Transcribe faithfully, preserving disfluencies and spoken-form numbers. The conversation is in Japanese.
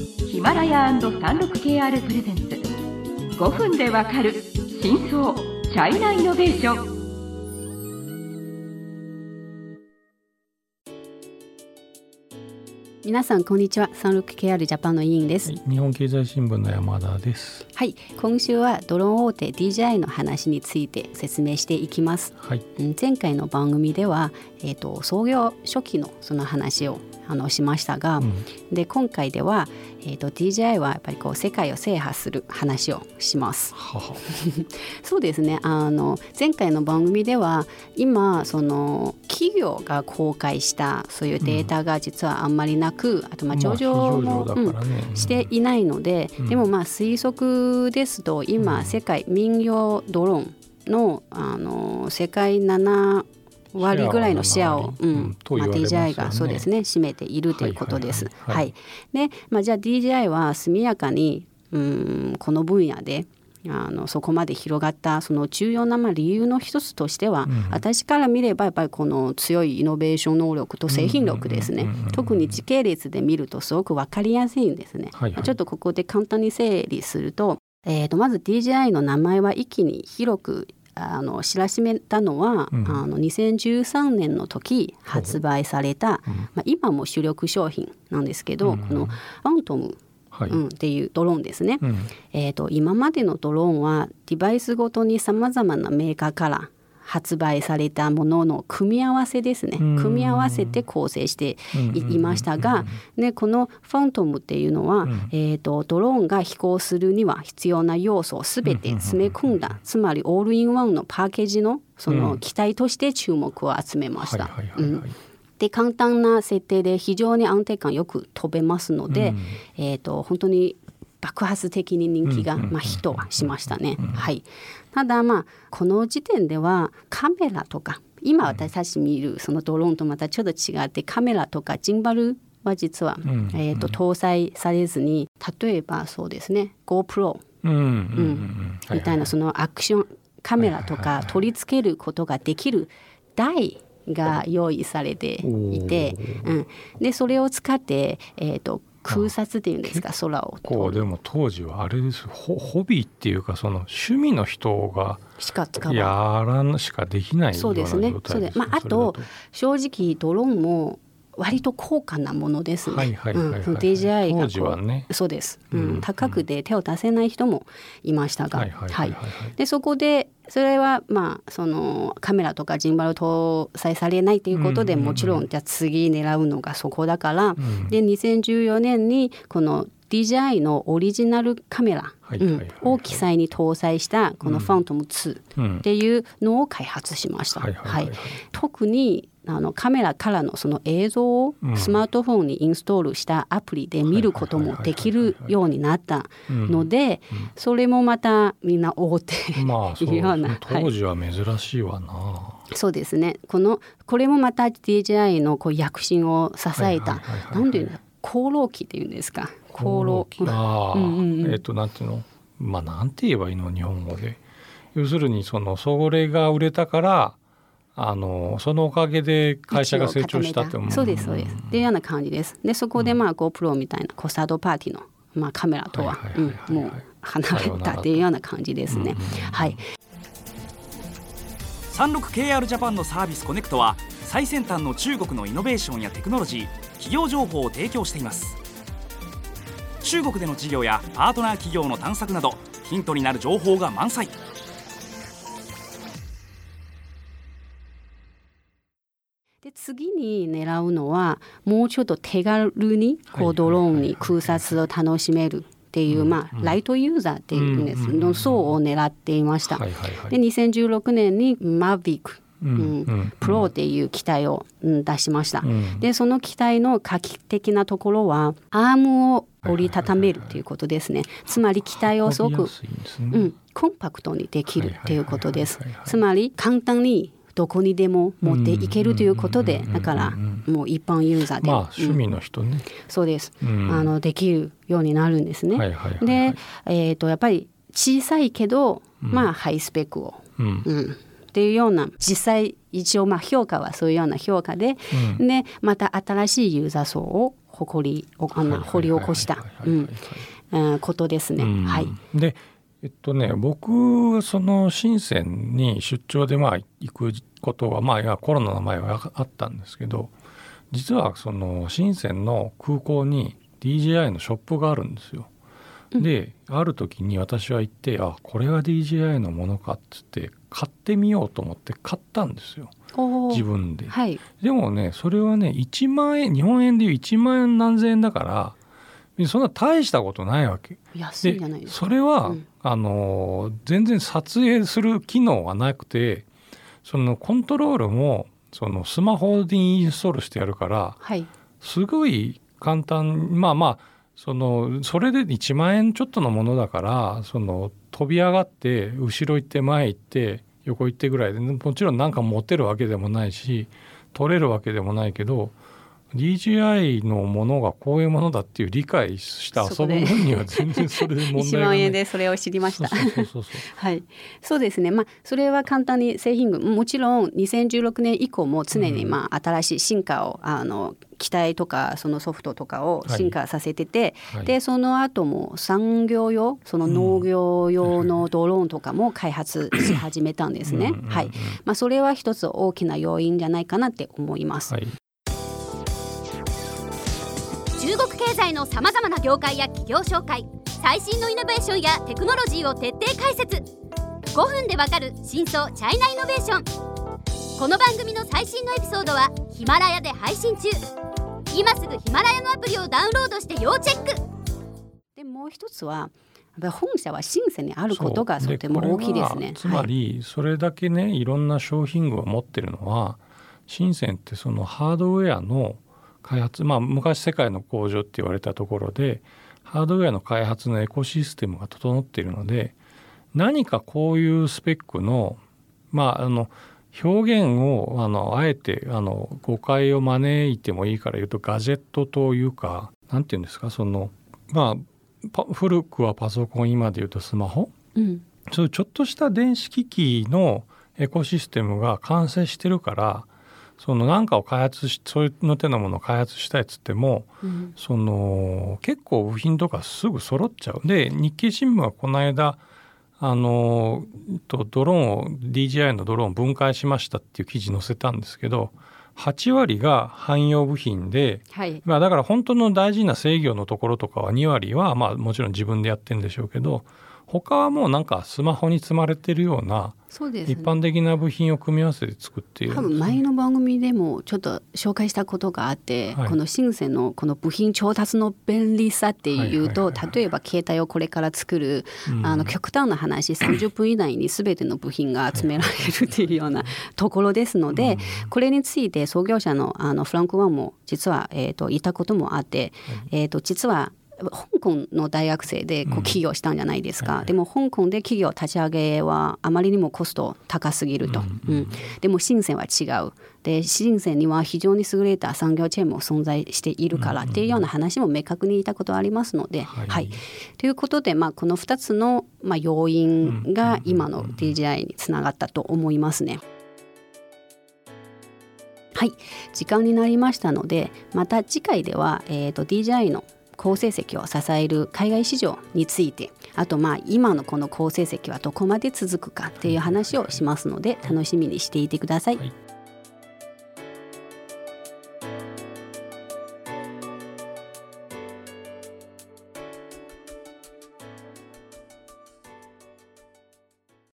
ヒマラヤ &さんじゅうろくケーアール プレゼンツごふんでわかる真相チャイナイノベーション。 皆さんこんにちは。 さんじゅうろくケーアール ジャパンの委員です。 はい、日本経済新聞の山田です。 はい、今週はドローン大手 ディージェーアイ の話について説明していきます。 はい、 前回の番組では、えーと、創業初期のその話をあのしましたが、うん、で今回では、えーと、ディージェーアイ はやっぱりこう世界を制覇する話をします。ははそうですね、あの前回の番組では今その企業が公開したそういうデータが実はあんまりなく、うん、あとまあ上場も、まあねうん、していないので、うん、でもまあ推測ですと今、うん、世界民用ドローンの、あの世界ななわりぐらいのシェアを、うんうんまあ、ディージェーアイ がそうですね占めているということです。で、まあ、じゃあ ディージェーアイ は速やかにうんこの分野であのそこまで広がったその重要なまあ理由の一つとしては、うん、私から見ればやっぱりこの強いイノベーション能力と製品力ですね、特に時系列で見るとすごく分かりやすいんですね、はいはい、ちょっとここで簡単に整理すると、えー、とまず ディージェーアイ の名前は一気に広くあの知らしめたのは、うん、あのにせんじゅうさんねんの時発売された、うんまあ、今も主力商品なんですけど、うん、このファントムはいうん、っていうドローンですね、うんえー、と今までのドローンはデバイスごとにさまざまなメーカーから発売されたものの組み合わせですね、組み合わせて構成していましたが、でこのファントムっていうのは、うんえー、とドローンが飛行するには必要な要素をすべて詰め込んだ、つまりオールインワンのパッケージのその機体として注目を集めました。で簡単な設定で非常に安定感よく飛べますので、うんえー、と本当に爆発的に人気が、まあ、ヒットはしましたね、はい、ただまあこの時点ではカメラとか今私たち見るそのドローンとまたちょっと違ってカメラとかジンバルは実は、うんえー、と搭載されずに、例えばそうですね GoPro、うんうん、みたいなそのアクションカメラとか取り付けることができる台が用意されていて、うん、でそれを使って、えー、と空撮っていうんですか、空をこうでも当時はあれですホ、ホビーっていうかその趣味の人がしか使わやらんしかできないような状態ですね。 そうですね。まあ、あと正直ドローンも割と高価なものですね。ディージェーアイ が当時はね、 そうです、うん、高くて手を出せない人もいましたが、でそこでそれはまあそのカメラとかジンバル搭載されないということで、うんうんうん、もちろんじゃあ次狙うのがそこだから、うん、でにせんじゅうよねんにこの ディージェーアイ のオリジナルカメラ、はいはいはいはい、うん、を機載に搭載したこのファントムツーっていうのを開発しました。特にあのカメラからのその映像をスマートフォンにインストールしたアプリで見ることもできるようになったので、それもまたみんな大手いうような、 当時は珍しいわな、 はい、そうですね。このこれもまた ディージェーアイ のこう躍進を支えた、なんていうの、功労期っていうんですか、功労期、 あ、うんうんうん、えっ、ー、となんていうの、まあなんて言えばいいの日本語で、要するにそのそれが売れたからあのそのおかげで会社が成長したって、 そうですそうですっていうような感じです。でそこでまあ GoPro みたいなこうサードパーティーの、まあ、カメラとはもう離れたっていうような感じですね。はい。 さんじゅうろくケーアール ジャパンのサービスコネクトは最先端の中国のイノベーションやテクノロジー、企業情報を提供しています。中国での事業やパートナー企業の探索などヒントになる情報が満載。 で次に狙うのはもうちょっと手軽にこうドローンに空撮を楽しめるっていう、まあ、ライトユーザーっていうんですの層を狙っていました。でにせんじゅうろくねんに Mavic、うんうん、プロっていう機体を、うん、出しました、うん、でその機体の画期的なところはアームを折りたためるということですね。つまり機体をすごく、うん、コンパクトにできるということです。つまり簡単にどこにでも持っていけるということで、だからもう一般ユーザーで、 まあ、趣味の人ね、うん、 そうです、うん、あのできるようになるんですね、はいはいはいはい、で、えーと、やっぱり小さいけど、うん、まあハイスペックを、うんうん、っていうような実際一応まあ評価はそういうような評価で、うん、でまた新しいユーザー層を誇りをあの掘り起こしたことですね。はい、 でえっとね僕その深センに出張でまあ行くことはまあコロナの前はあったんですけど、実はその深センの空港に ディージェーアイ のショップがあるんですよ。である時に私は行って、あこれが ディージェーアイ のものかっつって買ってみようと思って買ったんですよ、自分で、 はい、でもねそれはねいちまんえん、日本円でいういちまんえん何千円だからそんな大したことないわけ。 安いじゃないですか。 それは、うん、 あの全然撮影する機能はなくて、そのコントロールもそのスマホでインストールしてやるから、 はい、 すごい簡単。まあまあそのそれでいちまんえんちょっとのものだから、その飛び上がって後ろ行って前行って横行ってぐらいで、もちろん何か持てるわけでもないし取れるわけでもないけど、 ディージェーアイ のものがこういうものだっていう理解して遊ぶ分には全然それで問題がない。いちまんえんでそれを知りました。 そうそうそうそうはい、そうですね、まあ、それは簡単に製品群、もちろんにせんじゅうろくねん以降も常にまあ新しい進化を、あの機体とかそのソフトとかを進化させてて、はいはい、でその後も産業用、その農業用のドローンとかも開発し始めたんですね。はい、まあ、それは一つ大きな要因じゃないかなって思います。はい、 中国経済のさまざまな業界や企業紹介、最新のイノベーションやテクノロジーを徹底解説。ごふんでわかる真相チャイナイノベーション。この番組の最新のエピソードはヒマラヤで配信中。今すぐヒマラヤのアプリをダウンロードして要チェック。 でもう一つは本社は深センにあることがとても大きいですね。 つまりそれだけね、いろんな商品群を持ってるのは、深センってそのハードウェアの開発、まあ昔世界の工場って言われたところでハードウェアの開発のエコシステムが整っているので、何かこういうスペックのまああの表現をあのあえてあの誤解を招いてもいいから言うと、ガジェットというか、なんていうんですか、そのまあ古くはパソコン、今で言うとスマホ、うん、そういうちょっとした電子機器のエコシステムが完成してるから、その何かを開発し、そういうの手のものを開発したいっつっても、うん、その結構部品とかすぐ揃っちゃう。で日経新聞はこの間あのドローンを ディージェーアイ のドローンを分解しましたっていう記事載せたんですけど、はちわりが汎用部品で、はい、まあ、だから本当の大事な制御のところとかはにわりはまあもちろん自分でやってるんでしょうけど、他はもうなんかスマホに積まれてるようなそうですね、 一般的な部品を組み合わせて作っている、 多分前の番組でもちょっと紹介したことがあって、はい、この深センのこの部品調達の便利さっていうと、例えば携帯をこれから作る、うん、あの極端な話さんじゅっぷん以内に全ての部品が集められるっていうようなところですので、うん、これについて創業者 の, あのフランク・ワンも実は、えー、と言ったこともあって、はい、えー、と実は香港の大学生でこう起業したんじゃないですか、うんはい、でも香港で企業立ち上げはあまりにもコスト高すぎると、うんうん、でも深センは違うで、深センには非常に優れた産業チェーンも存在しているからっていうような話も明確に言ったことはありますので、はいはい、ということで、まあ、このふたつの、まあ、要因が今の ディージェーアイ につながったと思いますね。はい、時間になりましたので、また次回では、えーと、ディージェーアイ の好成績を支える海外市場について、あとまあ今のこの好成績はどこまで続くかっていう話をしますので、楽しみにしていてください。はい。